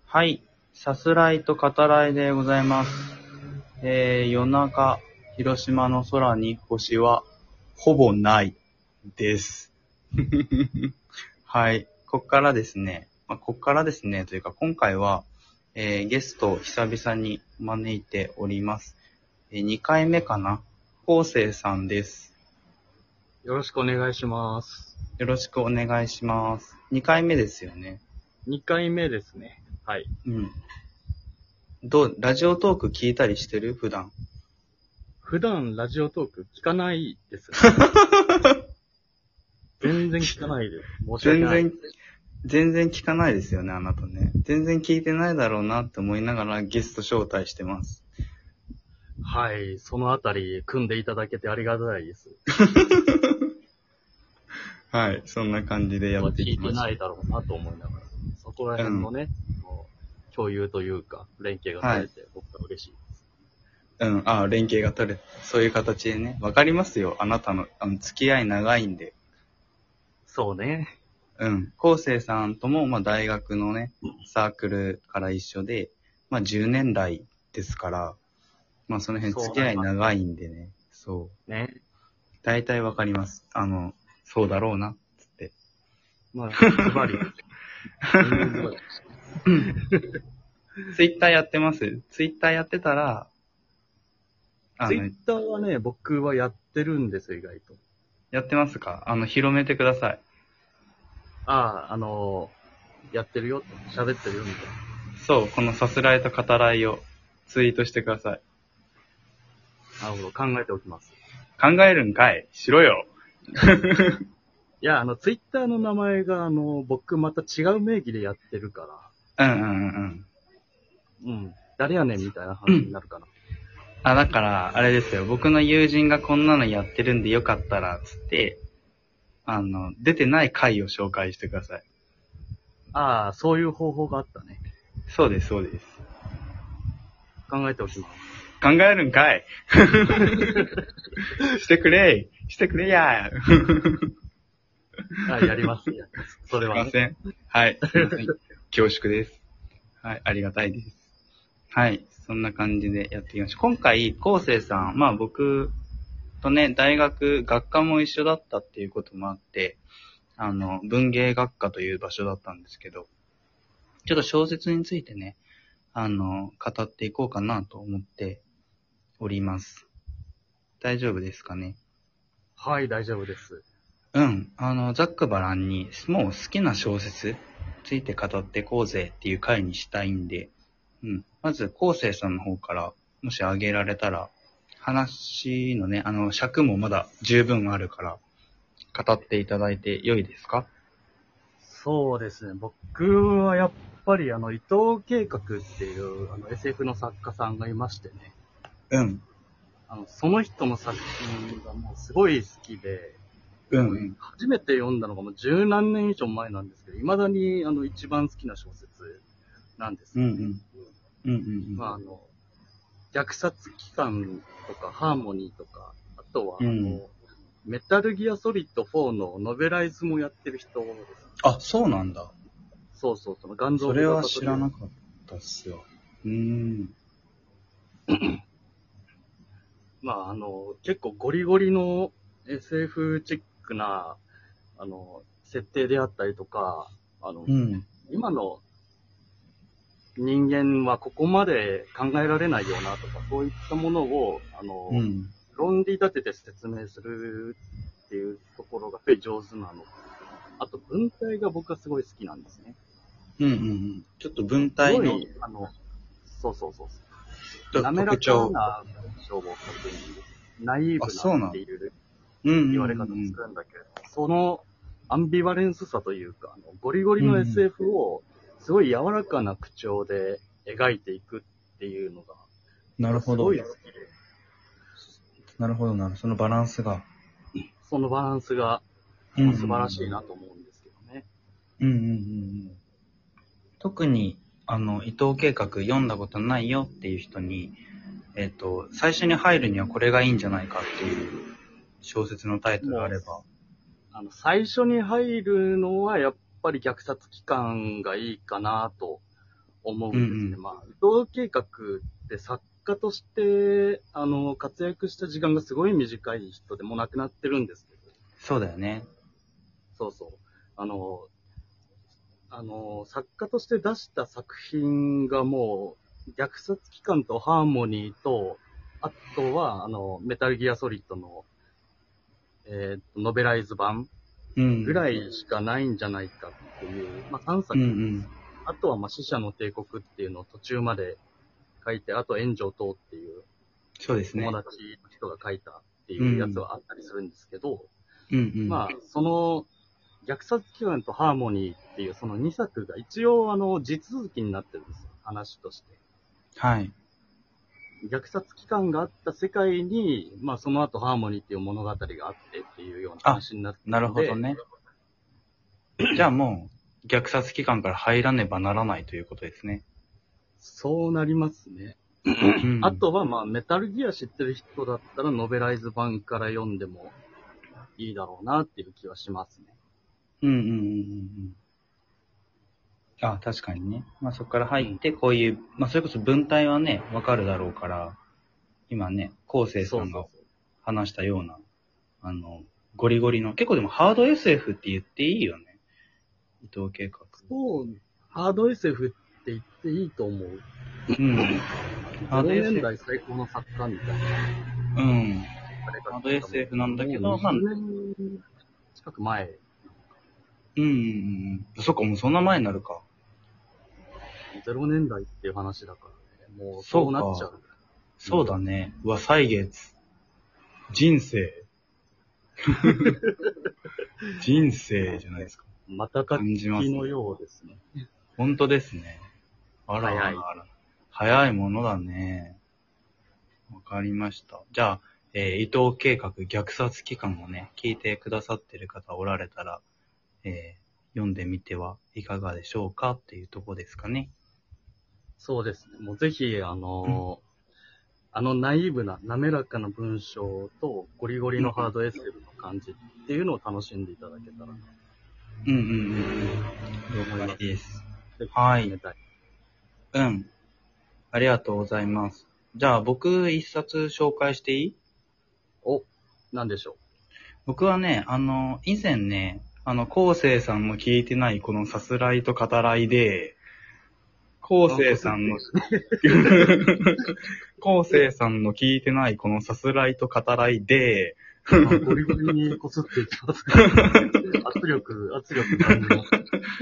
はい。さすらいと語らいでございます。夜中、広島の空に星はほぼないです。はい。こっからですね、というか今回は、ゲストを久々に招いております。2回目かな、昴生さんです。 よろしくお願いします。 よろしくお願いします。2回目ですよね。 2回目ですね。はい。 うん。ラジオトーク聞いたりしてる普段。 普段ラジオトーク聞かないですね。全然聞かないです。申し訳ない。 全然聞かないですよね、あなたね。全然聞いてないだろうなって思いながらゲスト招待してます。 はい。そのあたり組んでいただけてありがたいです。 はい、そんな感じでやっていきましょう。 聞いてないだろうなと思いながら、そこら辺のね、共有というか、連携が取れて、僕は嬉しいです。 連携が取れ、そういう形でね。わかりますよ、あなたの、付き合い長いんで。 そうね。 昴生さんとも、大学のね、サークルから一緒で、10年来ですから、その辺付き合い長いんでね。そう。 ね。 大体わかります。そうだろうな、つって。 ズバリ。 ツイッターやってます？ツイッターやってたら、 ツイッターはね、僕はやってるんですよ、意外と。 やってますか？広めてください。 やってるよ、喋ってるよ、みたいな。 そう、このさすらいと語らいをツイートしてください。 なるほど、考えておきます。 考えるんかい？しろよ。 いや、ツイッターの名前が、僕また違う名義でやってるかうん。 誰やねんみたいな話になるかな。 だから、あれですよ。僕の友人がこんなのやってるんでよかったら、つって、出てない回を紹介してください。 そういう方法があったね。 そうです、そうです。 考えておきます。 考えるんかいしてくれややります。それは、ね。 すいません。はい。すいません。恐縮です。はい、ありがたいです。はい、そんな感じでやっていきましょう。今回、昴生さん、僕とね、学科も一緒だったっていうこともあって、文芸学科という場所だったんですけど、ちょっと小説についてね、語っていこうかなと思っております。大丈夫ですかね？ はい、大丈夫です。 ざっくばらんに、もう好きな小説について語ってこうぜっていう回にしたいんで、まず、昴生さんの方から、もし挙げられたら、話のね、尺もまだ十分あるから、語っていただいて良いですか？ そうですね。僕はやっぱり伊藤計画っていう、SF の作家さんがいましてね。その人の作品がもうすごい好きで、初めて読んだのがもう十何年以上前なんですけど、未だに一番好きな小説なんですよね。虐殺機関とかハーモニーとか、あとはメタルギアソリッド4のノベライズもやってる人です、ね。 あ、そうなんだ。 そのガそれは知らなかったっすよ。 結構ゴリゴリの SF チックな、設定であったりとか、今の人間はここまで考えられないよなとか、そういったものを、論理立てて説明するっていうところが上手なの。あと、文体が僕はすごい好きなんですね。 ちょっと文体の。 滑らかな文章を書くに、ナイーブなっていう言われ方をするんだけれど、そのアンビバレンスさというか、ゴリゴリの SF をすごい柔らかな口調で描いていくっていうのが、 なるほど。 すごい好きで。 なるほどな。そのバランスが素晴らしいなと思うんですけどね。 特に、伊藤計画読んだことないよっていう人に、最初に入るにはこれがいいんじゃないかっていう小説のタイトルがあれば。 最初に入るのはやっぱり虐殺機関がいいかなと思うんですね。まあ、伊藤計画って作家として、活躍した時間がすごい短い人でもう亡くなってるんですけど。 そうだよね。 そうそう。作家として出した作品がもう、虐殺機関とハーモニーと、あとは、メタルギアソリッドの、ノベライズ版ぐらいしかないんじゃないかっていう、まあ3作。あとは、まあ死者の帝国っていうのを途中まで書いて、あと炎上等っていう、 そうですね。 友達の人が書いたっていうやつはあったりするんですけど、まあ、その、虐殺機関とハーモニーっていうその2作が一応地続きになってるんですよ。話として。 はい。 虐殺機関があった世界に、まあその後ハーモニーっていう物語があってっていうような話になってるので。 なるほどね。じゃあもう、虐殺機関から入らねばならないということですね。 そうなりますね。あとはまあメタルギア知ってる人だったらノベライズ版から読んでもいいだろうなっていう気はしますね。 あ、確かにね。まあそこから入って、こういう、まあそれこそ文体はね、わかるだろうから、今ね、昴生さんが話したような、ゴリゴリの、結構でもハード SF って言っていいよね。伊藤計画。 そう、ハード SF って言っていいと思う。 ハード SF。0年代最高の作家みたいな。 ハード SF なんだけど、 まあ、20年近く前。 そっか、もうそんな前になるか。 0年代っていう話だからね。もうそうなっちゃう。 そうだね。歳月。人生。人生じゃないですか。 また書きのようですね。 本当ですね。早いものだね。わかりました。じゃあ、伊藤計画虐殺期間をね、聞いてくださってる方おられたら、読んでみてはいかがでしょうかっていうとこですかね。 そうですね。もうぜひ、ナイーブな、滑らかな文章と、ゴリゴリのハードエッセルの感じっていうのを楽しんでいただけたらな。 了解です。はい。ありがとうございます。じゃあ僕一冊紹介していい？ 何でしょう？ 僕はね、以前ね、昴生さんの聞いてないこのさすらいと語らいで、昴生さんの聞いてないこのさすらいと語らいで、 ゴリゴリにこすっていきますから、ね。圧力感じます。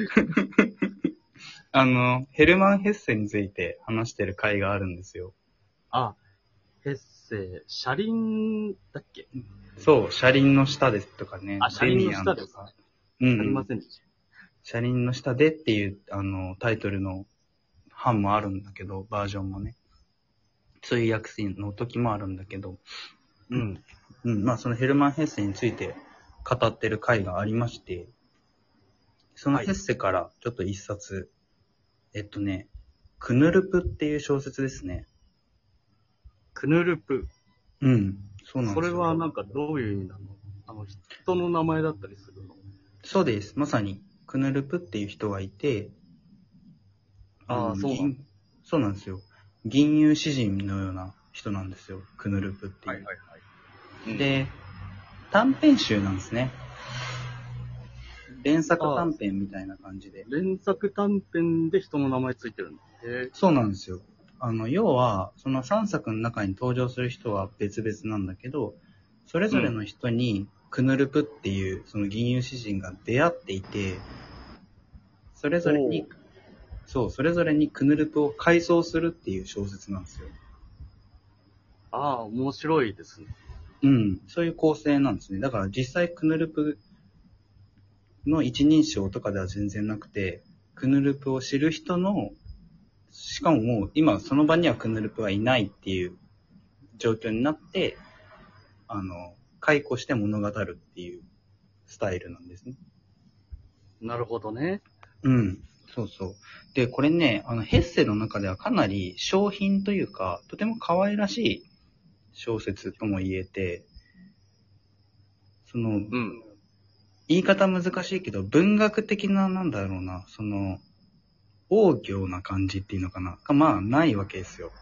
ヘルマン・ヘッセについて話してる回があるんですよ。 ヘッセ、車輪だっけ？ そう、車輪の下ですとかね。 車輪の下ですか？ありませんでした。 車輪の下でっていう、タイトルの版もあるんだけど、バージョンもね。通訳の時もあるんだけど。まあ、そのヘルマン・ヘッセについて語ってる回がありまして、そのヘッセからちょっと一冊、クヌルプっていう小説ですね。 クヌルプ。 そうなんですよ。 それはなんかどういう意味なの？人の名前だったりするの？ そうです。まさに、クヌルプっていう人がいて、そうなんですよ。銀融詩人のような人なんですよ。クヌルプっていう。で、短編集なんですね。連作短編みたいな感じで。 連作短編で人の名前ついてるんだ。 そうなんですよ。要は、その3作の中に登場する人は別々なんだけど、それぞれの人にクヌルプっていうその銀融詩人が出会っていて、それぞれにクヌルプを回想するっていう小説なんですよ。 面白いですね。 そういう構成なんですね。だから実際クヌルプの一人称とかでは全然なくて、クヌルプを知る人の、しかももう今その場にはクヌルプはいないっていう状況になって、回顧して物語るっていうスタイルなんですね。 なるほどね。 そうそう。で、これね、ヘッセの中ではかなり商品というか、とても可愛らしい小説とも言えて、言い方難しいけど、文学的な、 王行な感じっていうのかなが、まあ、ないわけですよ。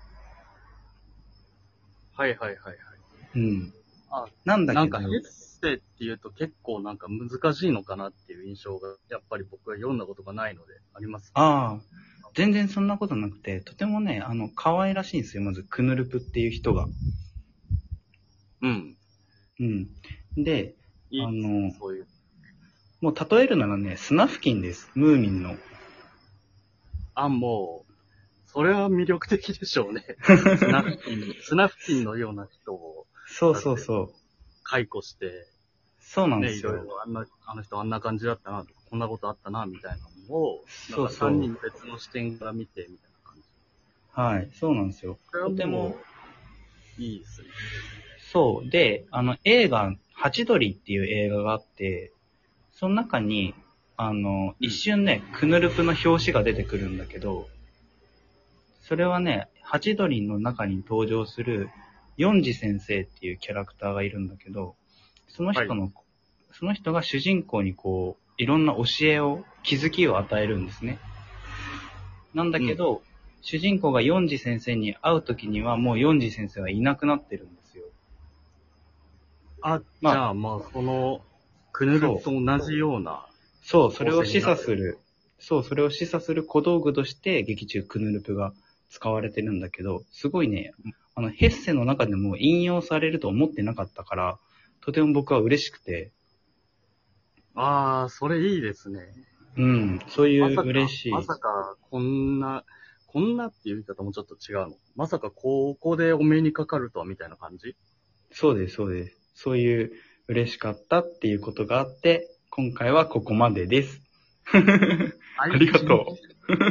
はいはいはいはい。 うん。 あ、 なんだけど。 なんかエッセイっていうと結構なんか難しいのかなっていう印象が、やっぱり僕は読んだことがないのであります。 ああ、全然そんなことなくて、とてもね、可愛らしいんですよ。まず、クヌルプっていう人が。 うん。 うん。で、 いいですね、そういう。 もう例えるならね、スナフキンです。ムーミンの。 あ、もう、それは魅力的でしょうね。スナフキンのような人を、 そうそうそう。 解雇して、 そうなんでね、いすよ。 ろいろあの人あんな感じだったな、こんなことあったな、みたいなのを、 そうそう。 3人別の視点から見て、みたいな感じ。 はい、そうなんですよ。 とても、 いいですね。 そう。で、映画、ハチドリっていう映画があって、その中に、一瞬ね、クヌルプの表紙が出てくるんだけど、それはね、ハチドリの中に登場する、ヨンジ先生っていうキャラクターがいるんだけど、その人が主人公にこう、いろんな教えを、気づきを与えるんですね。なんだけど、主人公がヨンジ先生に会うときにはもうヨンジ先生はいなくなってるんですよ。 じゃあまあ、その、クヌルと同じような。 そう、それを示唆する小道具として劇中クヌルプが使われてるんだけど、すごいね、ヘッセの中でも引用されると思ってなかったから、とても僕は嬉しくて。 ああ、それいいですね。 うん、そういう嬉しい。 まさか、こんなっていう言い方もちょっと違うの。まさかここでお目にかかるとはみたいな感じ？ そうです、そうです。そういう嬉しかったっていうことがあって、今回はここまでです。ありがとう。